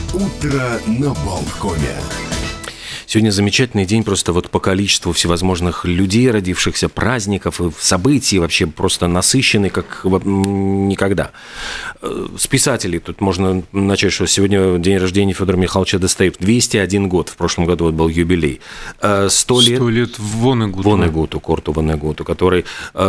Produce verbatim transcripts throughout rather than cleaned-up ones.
Утро на Болткоме. Сегодня замечательный день просто вот по количеству всевозможных людей, родившихся, праздников, событий, вообще просто насыщенный, как никогда. С писателей тут можно начать, что сегодня день рождения Федора Михайловича Достоевского. двести один год, в прошлом году вот был юбилей. Сто лет... Сто лет Воннегуту. Воннегуту, Курту Воннегуту, который,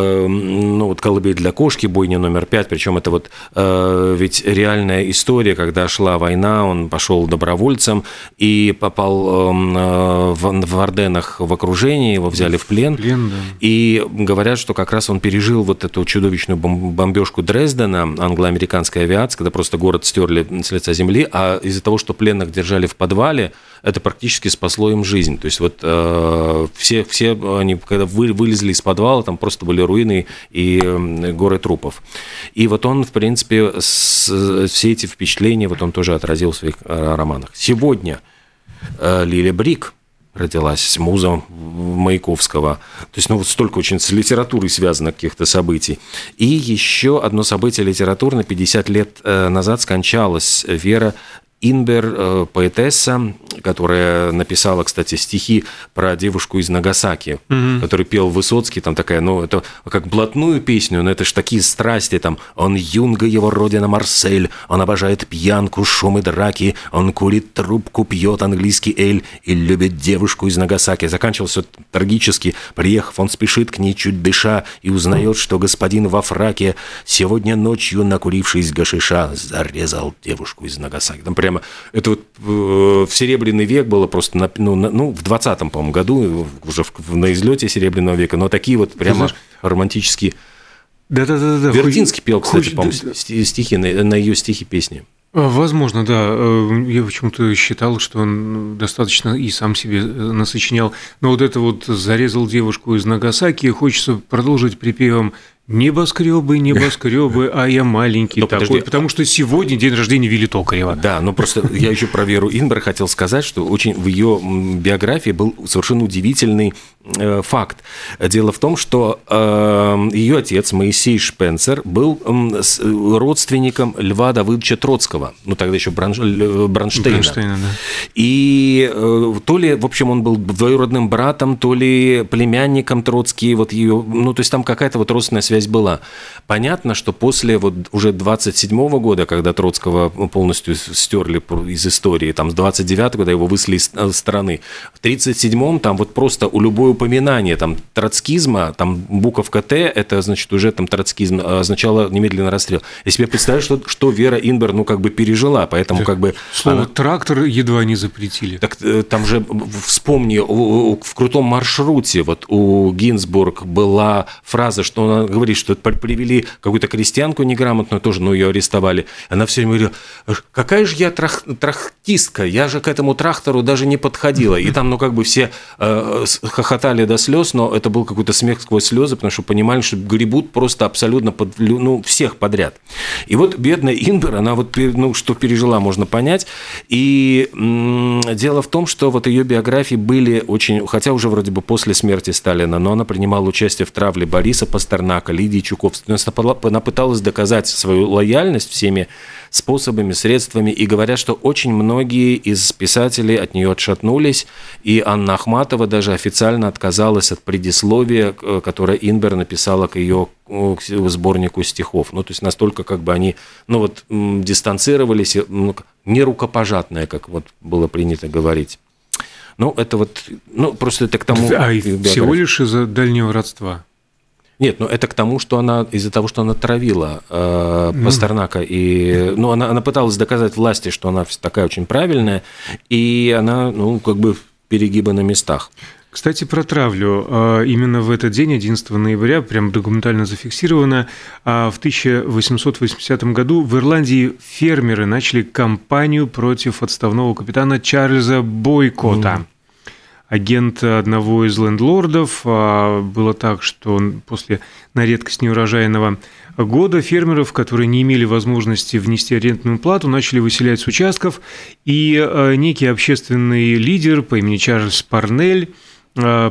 ну вот «Колыбель для кошки», бойня номер пять, причем это вот ведь реальная история, когда шла война, он пошел добровольцем и попал в, в Орденах в окружении, его взяли в плен, плен да. И говорят, что как раз он пережил вот эту чудовищную бомбежку Дрездена, англо-американской авиации, когда просто город стерли с лица земли, а из-за того, что пленных держали в подвале, это практически спасло им жизнь. То есть вот э, все, все они, когда вы, вылезли из подвала, там просто были руины и э, горы трупов. И вот он, в принципе, с, все эти впечатления вот он тоже отразил в своих э, романах. Сегодня Лиля Брик родилась, муза Маяковского. То есть, ну, вот столько очень с литературой связано каких-то событий. И еще одно событие литературное. пятьдесят лет назад скончалась Вера Инбер, поэтесса, которая написала, кстати, стихи про девушку из Нагасаки, mm-hmm. который пел Высоцкий, там такая, ну, это как блатную песню, но это ж такие страсти, там, он юнга, его родина Марсель, он обожает пьянку, шум и драки, он курит трубку, пьет английский эль и любит девушку из Нагасаки. Заканчивалось все трагически, приехав, он спешит к ней, чуть дыша, и узнает, что господин во фраке сегодня ночью, накурившись гашиша, зарезал девушку из Нагасаки. Там прям это вот в Серебряный век было просто, на, ну, на, ну, в двадцатом, по-моему, году, уже в, на излете Серебряного века, но такие вот прямо романтические... Да-да-да. Вертинский пел, кстати, Хоть... по-моему, стихи, на, на ее стихи песни. Возможно, да. Я почему-то считал, что он достаточно и сам себе насочинял. Но вот это вот «зарезал девушку из Нагасаки», хочется продолжить припевом «Небоскребы, небоскребы, а я маленький но такой», подожди. Потому что сегодня день рождения Вилли Токарева. Да, но просто я еще про Веру Инбер хотел сказать, что очень в ее биографии был совершенно удивительный э, факт. Дело в том, что э, ее отец Моисей Шпенцер был э, с, родственником Льва Давыдовича Троцкого, ну тогда еще Бронш... Бронштейна. Бронштейна да. И э, то ли, в общем, он был двоюродным братом, то ли племянником Троцкий, вот ее, ну то есть там какая-то вот родственная связь была. Понятно, что после вот уже двадцать седьмого года, когда Троцкого полностью стерли из истории, там с двадцать девятого года его выслали из страны, в тридцать седьмом там вот просто у любое упоминание там троцкизма, там буковка Т, это значит уже там троцкизм означало немедленный расстрел. Я себе представляю, что, что Вера Инбер ну как бы пережила, поэтому да. как бы... Слово она... «трактор» едва не запретили. Так там же, вспомни, в «Крутом маршруте» вот у Гинзбург была фраза, что она говорит, что привели какую-то крестьянку неграмотную, тоже, ну, ее арестовали. Она все время говорила, какая же я трах, трахтистка, я же к этому трактору даже не подходила. И там, ну, как бы все э, хохотали до слез, но это был какой-то смех сквозь слезы, потому что понимали, что гребут просто абсолютно под, ну, всех подряд. И вот бедная Инбер, она вот, ну, что пережила, можно понять. И м- дело в том, что вот ее биографии были очень, хотя уже вроде бы после смерти Сталина, но она принимала участие в травле Бориса Пастернака, Лидии Чуковской. Она пыталась доказать свою лояльность всеми способами, средствами, и говорят, что очень многие из писателей от нее отшатнулись, и Анна Ахматова даже официально отказалась от предисловия, которое Инбер написала к ее к сборнику стихов. Ну, то есть настолько как бы они, ну, вот, дистанцировались, ну, не рукопожатное, как вот было принято говорить. Ну, это вот, ну, просто это к тому... А всего лишь из-за дальнего родства. Нет, ну это к тому, что она из-за того, что она травила э, Пастернака, mm. и ну, она, она пыталась доказать власти, что она такая очень правильная, и она, ну, как бы перегибы на местах. Кстати, про травлю. Именно в этот день, одиннадцатого ноября, прям документально зафиксировано, в тысяча восемьсот восьмидесятом году в Ирландии фермеры начали кампанию против отставного капитана Чарльза Бойкота. Mm. Агент одного из лендлордов. Было так, что после на редкость неурожайного года фермеров, которые не имели возможности внести арендную плату, начали выселять с участков, и некий общественный лидер по имени Чарльз Парнель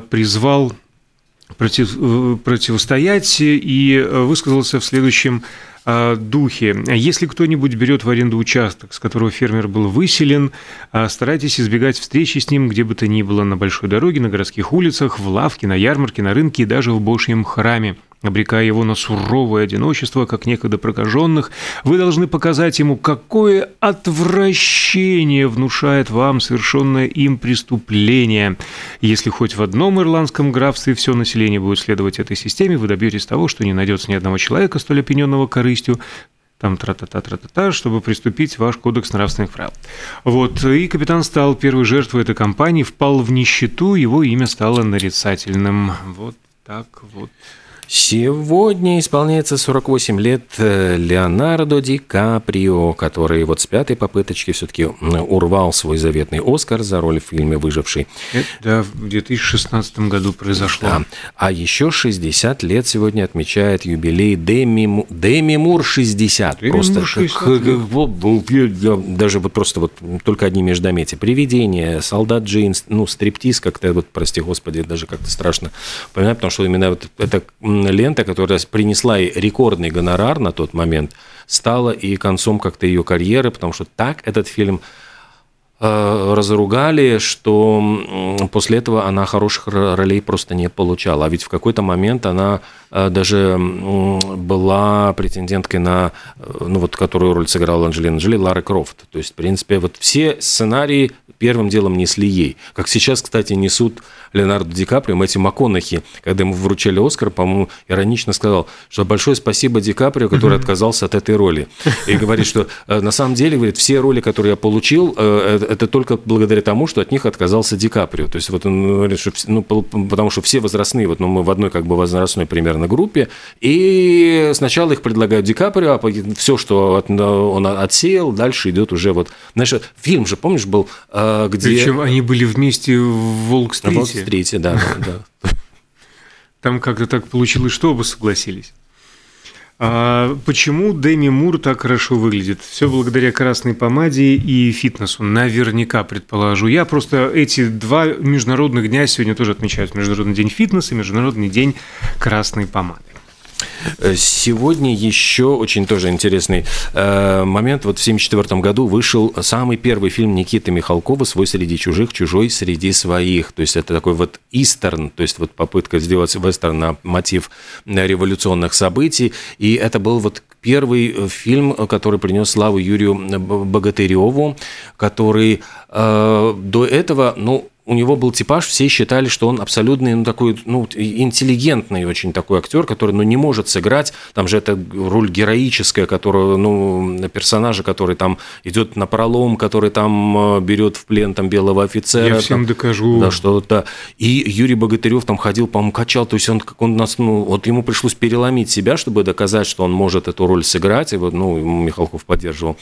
призвал против, противостоять и высказался в следующем духе. Если кто-нибудь берет в аренду участок, с которого фермер был выселен, старайтесь избегать встречи с ним где бы то ни было, на большой дороге, на городских улицах, в лавке, на ярмарке, на рынке и даже в Божьем храме. Обрекая его на суровое одиночество, как некогда прокаженных, вы должны показать ему, какое отвращение внушает вам совершенное им преступление. Если хоть в одном ирландском графстве все население будет следовать этой системе, вы добьетесь того, что не найдется ни одного человека, столь опьяненного корыстью, там тра-та-та-тра-та-та, чтобы приступить ваш кодекс нравственных правил. Вот, и капитан стал первой жертвой этой кампании, впал в нищету, его имя стало нарицательным. Вот так вот. Сегодня исполняется сорок восемь лет Леонардо Ди Каприо, который вот с пятой попыточки все-таки урвал свой заветный Оскар за роль в фильме «Выживший». Это, да, в две тысячи шестнадцатом году произошло. Да. А еще шестьдесят лет сегодня отмечает юбилей Деми, Деми Мур шестьдесят. Деми просто Мур шестьдесят. Даже вот просто вот только одни междометия. «Привидение», «Солдат Джейн», ну, «Стриптиз», как-то вот, прости господи, даже как-то страшно понимать, потому что именно вот это лента, которая принесла ей рекордный гонорар на тот момент, стала и концом как-то ее карьеры, потому что так этот фильм э, разругали, что после этого она хороших ролей просто не получала. А ведь в какой-то момент она э, даже была претенденткой на, ну вот, которую роль сыграла Анджелина Джоли, Лара Крофт. То есть, в принципе, вот все сценарии первым делом несли ей. Как сейчас, кстати, несут Леонардо Ди Каприо, Мэтью МакКонахи, когда ему вручали Оскар, по-моему, иронично сказал, что большое спасибо Ди Каприо, который отказался от этой роли. И говорит, что на самом деле, говорит, все роли, которые я получил, это только благодаря тому, что от них отказался Ди Каприо. То есть вот он говорит, что, ну, потому что все возрастные, вот, ну, мы в одной как бы возрастной примерно группе, и сначала их предлагают Ди Каприо, а все, что он отсеял, дальше идет уже вот... Знаешь, фильм же, помнишь, был, где... Причем они были вместе в Волк-стрите. Третье, да, да. Там как-то так получилось, что оба согласились. А почему Деми Мур так хорошо выглядит? Все благодаря красной помаде и фитнесу. Наверняка, предположу я. Просто эти два международных дня сегодня тоже отмечают. Международный день фитнеса и Международный день красной помады. Сегодня еще очень тоже интересный э, момент. Вот в тысяча девятьсот семьдесят четвёртом году вышел самый первый фильм Никиты Михалкова «Свой среди чужих, чужой среди своих». То есть это такой вот истерн, то есть вот попытка сделать вестерн на мотив революционных событий. И это был вот первый фильм, который принес славу Юрию Богатыреву, который э, до этого, ну, у него был типаж, все считали, что он абсолютный, ну, такой, ну, интеллигентный очень такой актер, который, ну, не может сыграть, там же это роль героическая, которую, ну, персонажа, который там идет на пролом, который там берет в плен там белого офицера. Я всем там, докажу. Да, что-то. И Юрий Богатырев там ходил, по-моему, качал, то есть он, он нас, ну, вот ему пришлось переломить себя, чтобы доказать, что он может эту роль сыграть, и вот, ну, Михалков поддерживал.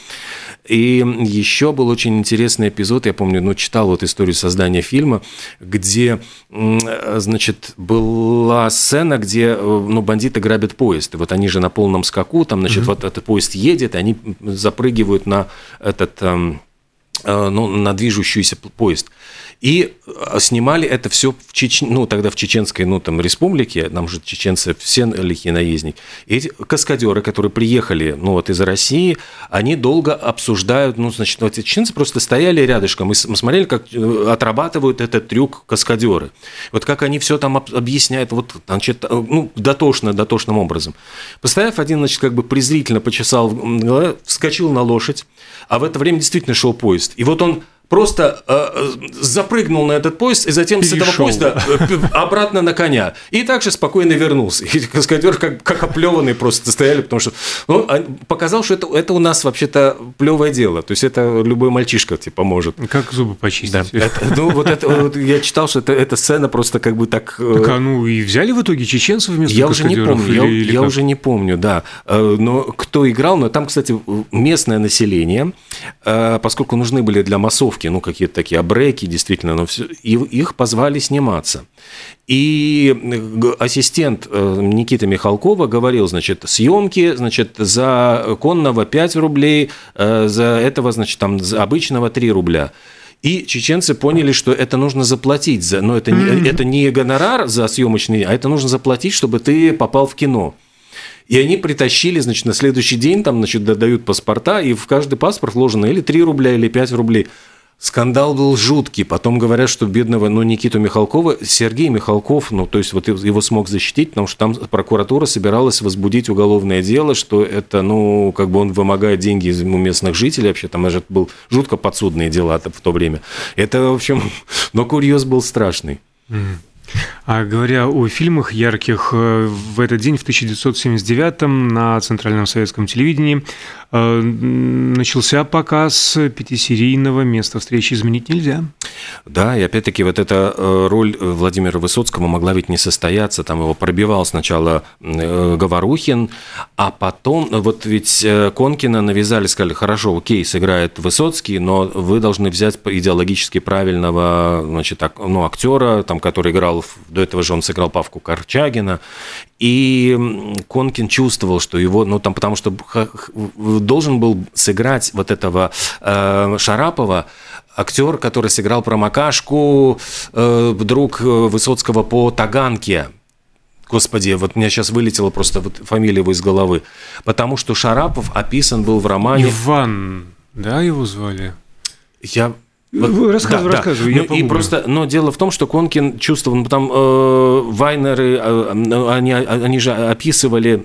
И еще был очень интересный эпизод, я помню, ну, читал вот историю создания фильма, где, значит, была сцена, где, ну, бандиты грабят поезд, и вот они же на полном скаку, там, значит, mm-hmm. вот этот поезд едет, и они запрыгивают на этот, ну, на движущийся поезд. И снимали это все в Чеч... ну, тогда в Чеченской, ну, там, республике, нам же чеченцы все лихие наездники. И эти каскадеры, которые приехали, ну, вот из России, они долго обсуждают, ну, значит, вот эти чеченцы просто стояли рядышком, и мы смотрели, как отрабатывают этот трюк каскадеры. Вот как они все там объясняют, вот, значит, ну, дотошно, дотошным образом. Постояв, один, значит, как бы презрительно почесал, вскочил на лошадь, а в это время действительно шел поезд. И вот он просто э, запрыгнул на этот поезд и затем Перешел. с этого поезда обратно на коня. И также спокойно вернулся. И каскадеры как, как оплеванные просто стояли, потому что он показал, что это, это у нас вообще-то плевое дело. То есть это любой мальчишка тебе поможет. Как зубы почистить. Да. Это, ну, вот это, вот, я читал, что это, эта сцена просто как бы так... Так, а ну и взяли в итоге чеченцев вместо я каскадеров? Я уже не помню, или, я, или я уже не помню, да. Но кто играл, но там, кстати, местное население, поскольку нужны были для массовки, ну, какие-то такие абреки, действительно, но все, и их позвали сниматься. И ассистент Никиты Михалкова говорил, значит, съемки, значит, за конного пять рублей, за этого, значит, там, за обычного три рубля. И чеченцы поняли, что это нужно заплатить, за, но это не, это не гонорар за съемочный, а это нужно заплатить, чтобы ты попал в кино. И они притащили, значит, на следующий день, там, значит, дают паспорта, и в каждый паспорт вложено или три рубля, или пять рублей. Скандал был жуткий. Потом говорят, что бедного, ну, Никиту Михалкова, Сергей Михалков, ну, то есть вот его смог защитить, потому что там прокуратура собиралась возбудить уголовное дело, что это, ну, как бы он вымогает деньги из местных жителей, вообще там это был жутко подсудные дела в то время. Это, в общем, но курьез был страшный. А говоря о фильмах ярких, в этот день, в тысяча девятьсот семьдесят девятом, на Центральном советском телевидении начался показ пятисерийного «Место встречи изменить нельзя». Да, и опять-таки вот эта роль Владимира Высоцкого могла ведь не состояться. Там его пробивал сначала Говорухин, а потом вот ведь Конкина навязали, сказали, хорошо, окей, сыграет Высоцкий, но вы должны взять идеологически правильного, значит, ну, актера, там, который играл, до этого же он сыграл Павку Корчагина. И Конкин чувствовал, что его, ну там, потому что должен был сыграть вот этого э, Шарапова, актер, который сыграл Промокашку, э, друг Высоцкого по Таганке. Господи, вот у меня сейчас вылетела просто вот фамилия его из головы. Потому что Шарапов описан был в романе... Иван, да, его звали? Я... Вот, рассказывай, да, рассказывай, да. я ну, и просто, но дело в том, что Конкин чувствовал, ну, там э, Вайнеры, э, они, они же описывали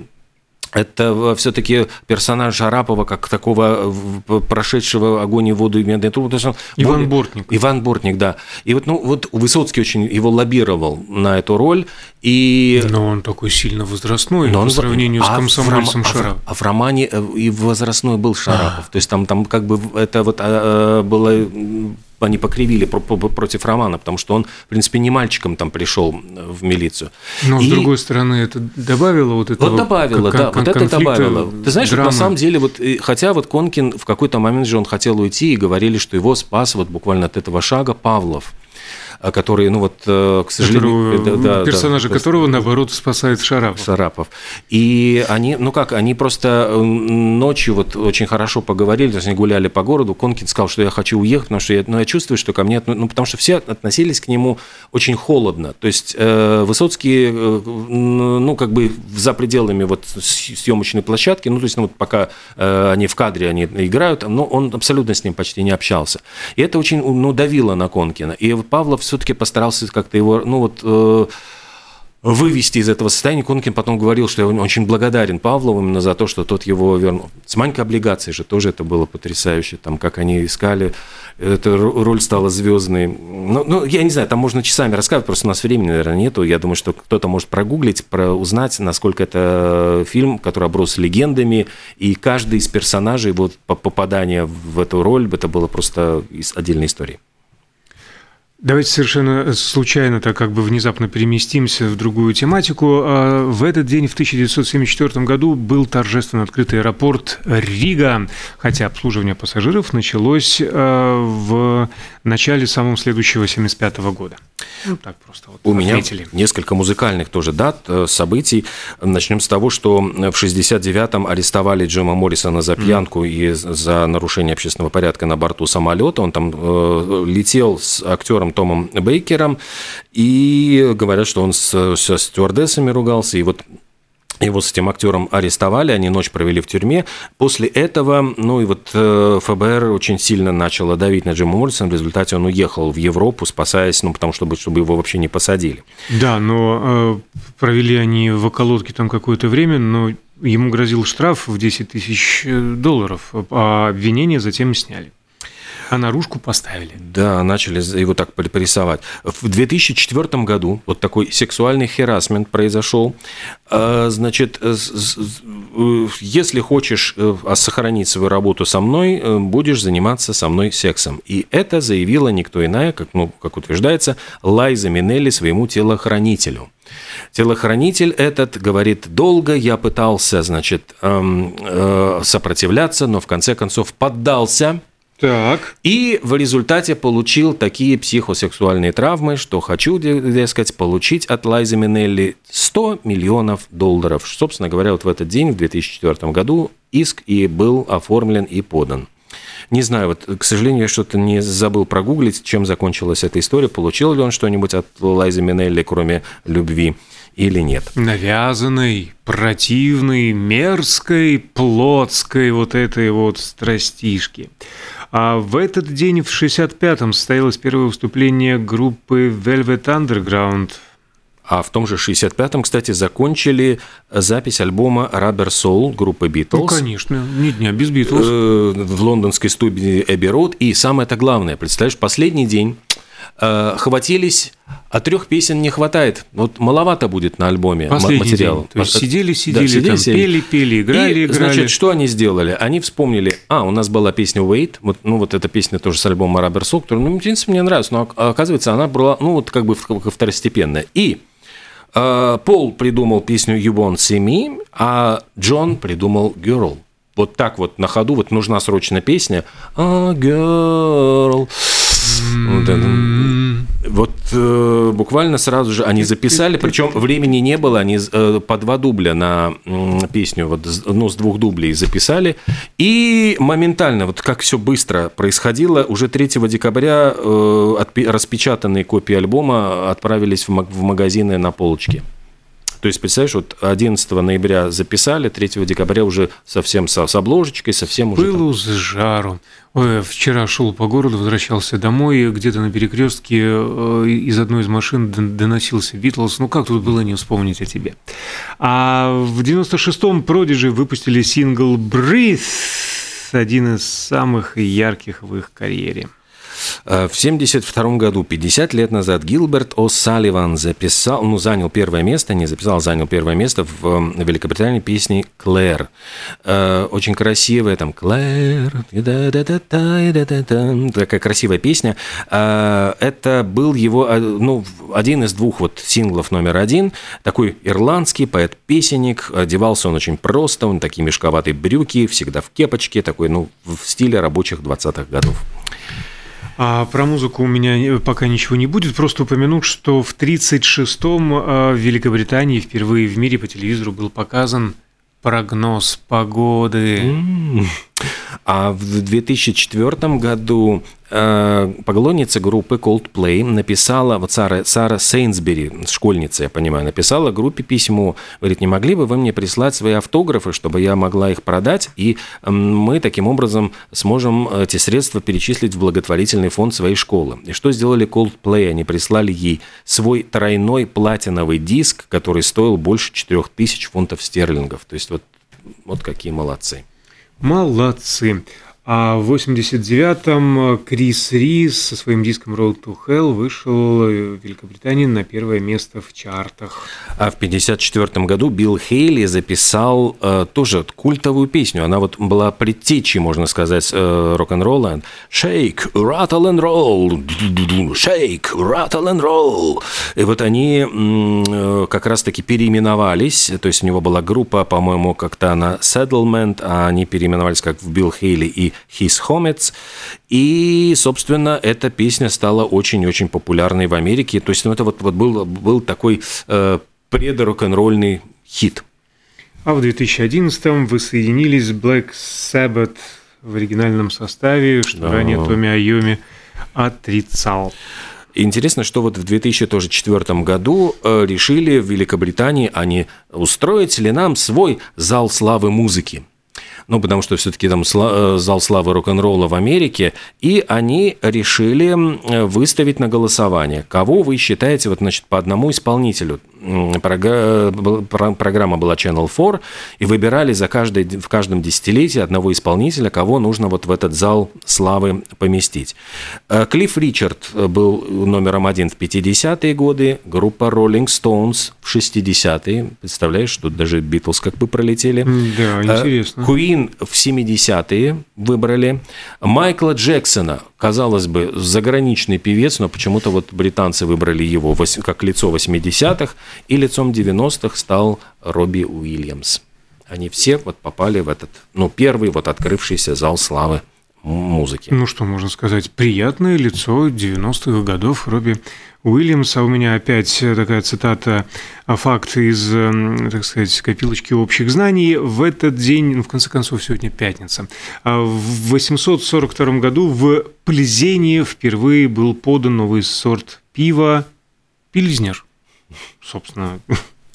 это все-таки персонаж Шарапова как такого прошедшего огонь и воду и медные трубы. Иван более... Бортник. Иван Бортник, да. И вот, ну, вот Высоцкий очень его лоббировал на эту роль. И... Но он такой сильно возрастной Но по он... сравнению а с комсомольцем в... Шарапов. А в романе и возрастной был Шарапов. А. То есть там, там как бы это вот а, было... Они покривили против романа, потому что он, в принципе, не мальчиком там пришел в милицию. Но, и... с другой стороны, это добавило вот этого Вот добавило, кон- да, кон- вот это добавило. Ты знаешь, драмы. Вот на самом деле, вот, хотя вот Конкин в какой-то момент же он хотел уйти, и говорили, что его спас вот буквально от этого шага Павлов, который, ну вот, к сожалению... Которого, да, персонажа да, которого, наоборот, спасает Шарапов. Шарапов. И они, ну как, они просто ночью вот очень хорошо поговорили, то есть они гуляли по городу, Конкин сказал, что я хочу уехать, потому что я, ну, я чувствую, что ко мне... Ну, потому что все относились к нему очень холодно. То есть э, Высоцкий, э, ну, как бы за пределами вот съемочной площадки, ну, то есть ну, вот пока э, они в кадре, они играют, но он абсолютно с ним почти не общался. И это очень, ну, давило на Конкина. И вот Павлов все-таки постарался как-то его, ну вот, э, вывести из этого состояния. Конкин потом говорил, что он очень благодарен Павлову именно за то, что тот его вернул. С Манькой облигацией же тоже это было потрясающе, там, как они искали, эта роль стала звездной. Ну, ну, я не знаю, там можно часами рассказывать, просто у нас времени, наверное, нету. Я думаю, что кто-то может прогуглить, про, узнать, насколько это фильм, который оброс легендами, и каждый из персонажей, вот, попадание в эту роль, это было просто отдельной историей. Давайте совершенно случайно, так как бы внезапно переместимся в другую тематику. В этот день, в тысяча девятьсот семьдесят четвёртом году, был торжественно открыт аэропорт Рига, хотя обслуживание пассажиров началось в начале самого следующего семьдесят пятого года. Ну, так просто вот У отметили. меня несколько музыкальных тоже дат, событий. Начнем с того, что в шестьдесят девятом арестовали Джима Моррисона за пьянку mm. и за нарушение общественного порядка на борту самолета. Он там э, летел с актером Томом Бейкером, и говорят, что он с, со стюардессами ругался, и вот его с этим актером арестовали, они ночь провели в тюрьме. После этого, ну и вот эф бэ эр очень сильно начало давить на Джима Моррисона, в результате он уехал в Европу, спасаясь, ну потому что, чтобы его вообще не посадили. Да, но э, провели они в околотке там какое-то время, но ему грозил штраф в десять тысяч долларов, а обвинение затем сняли. А наружку поставили. Да, начали его так прессовать. В две тысячи четвёртом году вот такой сексуальный харассмент произошел. Значит, если хочешь сохранить свою работу со мной, будешь заниматься со мной сексом. И это заявила никто иная, как, ну, как утверждается, Лайза Минелли своему телохранителю. Телохранитель этот говорит: долго я пытался, значит, сопротивляться, но в конце концов поддался. Так. И в результате получил такие психосексуальные травмы, что хочу, дескать, получить от Лайзы Минелли сто миллионов долларов. Собственно говоря, вот в этот день, в две тысячи четвёртом году, иск и был оформлен и подан. Не знаю, вот, к сожалению, я что-то не забыл прогуглить, чем закончилась эта история, получил ли он что-нибудь от Лайзы Минелли, кроме любви, или нет. Навязанной, противной, мерзкой, плотской вот этой вот страстишки. А в этот день, в шестьдесят пятом, состоялось первое выступление группы Velvet Underground. А в том же шестьдесят пятом, кстати, закончили запись альбома Rubber Soul группы Beatles. Ну, конечно, ни дня без Beatles. В лондонской студии Эбби Роуд. И самое-то главное, представляешь, последний день хватились, а трех песен не хватает. Вот маловато будет на альбоме материала. День. То есть сидели, сидели, да, сидели, там, сидели. пели, пели, играли, и, играли. Значит, что они сделали? Они вспомнили, а, у нас была песня Wait, вот, ну, вот эта песня тоже с альбома Rubber Soul, которая, ну, в принципе, мне нравится, но, оказывается, она была, ну, вот как бы второстепенная. И э, Пол придумал песню You Won't See Me, а Джон придумал Girl. Вот так вот на ходу, вот нужна срочно песня А, Girl. Mm-hmm. Вот э, буквально сразу же они записали, причем времени не было, они э, по два дубля на э, песню, вот, ну, с двух дублей записали, и моментально, вот как все быстро происходило, уже третьего декабря э, отпи- распечатанные копии альбома отправились в, м- в магазины на полочке. То есть, представляешь, вот одиннадцатого ноября записали, третьего декабря уже совсем с, с обложечкой, совсем уже... Пылу с жару. Ой, вчера шел по городу, возвращался домой, где-то на перекрестке из одной из машин доносился Битлз. Ну, как тут было не вспомнить о тебе? А в девяносто шестом Prodigy выпустили сингл «Breathe», один из самых ярких в их карьере. В семьдесят втором году, пятьдесят лет назад, Гилберт О'Салливан записал, ну, занял первое место, не записал, занял первое место в Великобритании песни «Клэр». Очень красивая, там, «Клэр», такая красивая песня. Это был его, ну, один из двух вот синглов номер один, такой ирландский поэт-песенник, одевался он очень просто, он такие мешковатые брюки, всегда в кепочке, такой, ну, в стиле рабочих двадцатых годов. А про музыку у меня пока ничего не будет, просто упомяну, что в тридцать шестом в Великобритании впервые в мире по телевизору был показан прогноз погоды. А в две тысячи четвёртом году э, поклонница группы Coldplay написала, вот Сара, Сара Сейнсбери, школьница, я понимаю, написала группе письмо. Говорит, не могли бы вы мне прислать свои автографы, чтобы я могла их продать, и э, мы таким образом сможем эти средства перечислить в благотворительный фонд своей школы. И что сделали Coldplay? Они прислали ей свой тройной платиновый диск, который стоил больше четырех тысяч фунтов стерлингов. То есть вот, вот какие молодцы. Молодцы. А в восемьдесят девятом Крис Рис со своим диском Road to Hell вышел в Великобритании на первое место в чартах. А в пятьдесят четвёртом году Билл Хейли записал э, тоже культовую песню. Она вот была предтечей, можно сказать, э, рок-н-ролла. Shake, rattle and roll, shake, rattle and roll. И вот они э, как раз-таки переименовались. То есть у него была группа, по-моему, как-то она Settlement, а они переименовались как в Билл Хейли и His Homets, и, собственно, эта песня стала очень-очень популярной в Америке. То есть, ну, это вот, вот был, был такой э, пред-рок-н-ролльный хит. А в две тысячи одиннадцатом воссоединились Black Sabbath в оригинальном составе, что да. ранее Томми Айоми отрицал. Интересно, что вот в две тысячи четвёртом году решили в Великобритании они устроить ли нам свой зал славы музыки. Ну, потому что все-таки там зал славы рок-н-ролла в Америке, и они решили выставить на голосование, кого вы считаете, вот, значит, по одному исполнителю. Программа была Channel четыре, и выбирали за каждый, в каждом десятилетии одного исполнителя, кого нужно вот в этот зал славы поместить. Клифф Ричард был номером один в пятидесятые годы, группа Rolling Stones в шестидесятые. Представляешь, тут даже Битлз как бы пролетели. Да, интересно. Queen в семидесятые выбрали. Майкла Джексона, казалось бы, заграничный певец, но почему-то вот британцы выбрали его как лицо восьмидесятых, и лицом девяностых стал Робби Уильямс. Они все вот попали в этот, ну, первый вот открывшийся зал славы музыки. Ну, что можно сказать, приятное лицо девяностых годов Робби Уильямс. А у меня опять такая цитата, факт из, так сказать, копилочки общих знаний. В этот день, ну, в конце концов, сегодня пятница, в восемьсот сорок втором году в Пльзене впервые был подан новый сорт пива «Пильзнер». Собственно,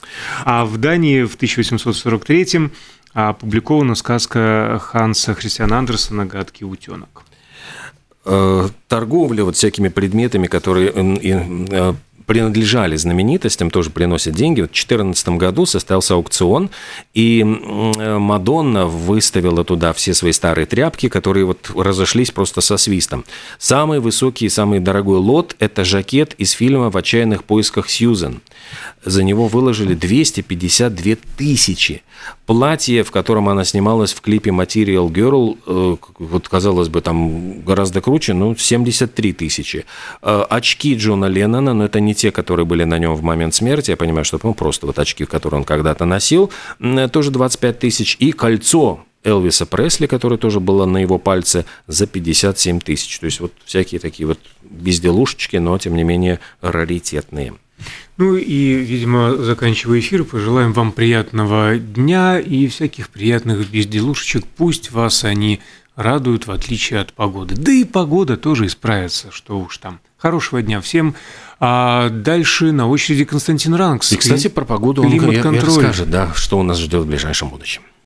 А в Дании в тысяча восемьсот сорок третьем опубликована сказка Ханса Христиана Андерсена «Гадкий утенок». Торговля вот всякими предметами, которые принадлежали знаменитостям, тоже приносят деньги. В две тысячи четырнадцатом году состоялся аукцион, и Мадонна выставила туда все свои старые тряпки, которые вот разошлись просто со свистом. Самый высокий и самый дорогой лот – это жакет из фильма «В отчаянных поисках Сьюзен». За него выложили двести пятьдесят две тысячи. Платье, в котором она снималась в клипе Material Girl, вот, казалось бы, там гораздо круче, ну, семьдесят три тысячи. Очки Джона Леннона, но это не те, которые были на нем в момент смерти, я понимаю, что ну, просто вот очки, которые он когда-то носил, тоже двадцать пять тысяч. И кольцо Элвиса Пресли, которое тоже было на его пальце, за пятьдесят семь тысяч. То есть вот всякие такие вот безделушечки, но, тем не менее, раритетные. Ну и, видимо, заканчивая эфир, пожелаем вам приятного дня и всяких приятных безделушечек. Пусть вас они радуют, в отличие от погоды. Да и погода тоже исправится, что уж там. Хорошего дня всем. А дальше на очереди Константин Рангс. И, кстати, про погоду он расскажет, да, что у нас ждет в ближайшем будущем.